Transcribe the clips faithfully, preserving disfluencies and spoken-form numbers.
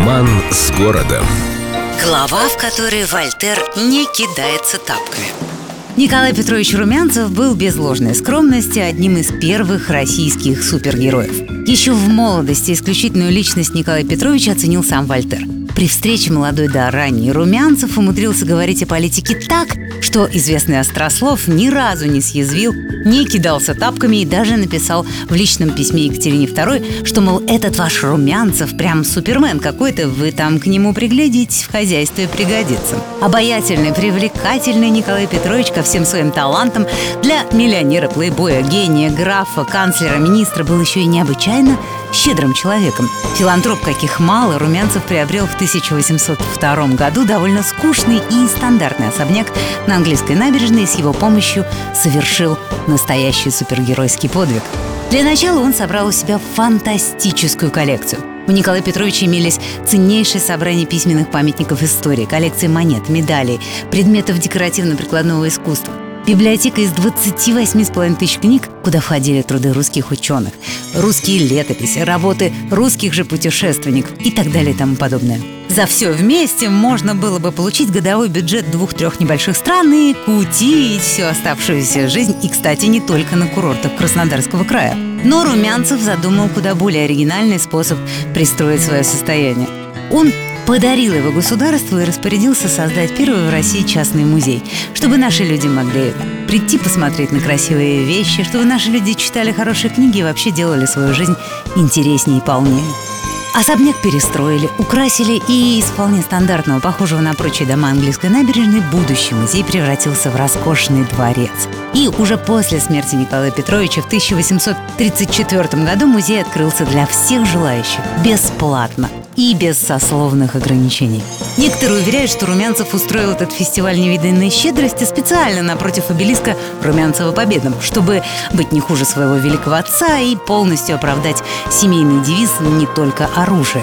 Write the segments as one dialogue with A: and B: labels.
A: Роман с городом.
B: Глава, в которой Вольтер не кидается тапками. Николай Петрович Румянцев был без ложной скромности одним из первых российских супергероев. Еще в молодости исключительную личность Николая Петровича оценил сам Вольтер. При встрече молодой да ранний Румянцев умудрился говорить о политике так, что известный острослов ни разу не съязвил, не кидался тапками и даже написал в личном письме Екатерине второй, что, мол, этот ваш Румянцев прям супермен какой-то, вы там к нему приглядитесь, в хозяйстве пригодится. Обаятельный, привлекательный Николай Петрович ко всем своим талантам для миллионера, плейбоя, гения, графа, канцлера, министра был еще и необычайно щедрым человеком. Филантроп каких мало, Румянцев приобрел в тысяча восемьсот втором году довольно скучный и стандартный особняк на английской набережной и с его помощью совершил настоящий супергеройский подвиг. Для начала он собрал у себя фантастическую коллекцию. У Николая Петровича имелись ценнейшие собрания письменных памятников истории, коллекции монет, медалей, предметов декоративно-прикладного искусства. Библиотека из двадцати восьми с половиной тысяч книг, куда входили труды русских ученых, русские летописи, работы русских же путешественников и так далее и тому подобное. За все вместе можно было бы получить годовой бюджет двух-трех небольших стран и кутить всю оставшуюся жизнь, и, кстати, не только на курортах Краснодарского края. Но Румянцев задумал куда более оригинальный способ пристроить свое состояние. Он подарил его государству и распорядился создать первый в России частный музей, чтобы наши люди могли прийти посмотреть на красивые вещи, чтобы наши люди читали хорошие книги и вообще делали свою жизнь интереснее и полнее. Особняк перестроили, украсили, и из вполне стандартного, похожего на прочие дома английской набережной, будущий музей превратился в роскошный дворец. И уже после смерти Николая Петровича в тысяча восемьсот тридцать четвёртом году музей открылся для всех желающих, бесплатно и без сословных ограничений. Некоторые уверяют, что Румянцев устроил этот фестиваль невиданной щедрости специально напротив обелиска Румянцева Победа, чтобы быть не хуже своего великого отца и полностью оправдать семейный девиз «не только оружием».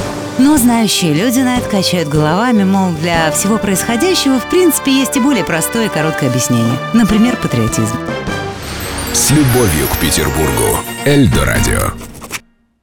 B: Но знающие люди на это качают головами, мол, для всего происходящего в принципе есть и более простое и короткое объяснение. Например, патриотизм.
A: С любовью к Петербургу. Эльдо радио.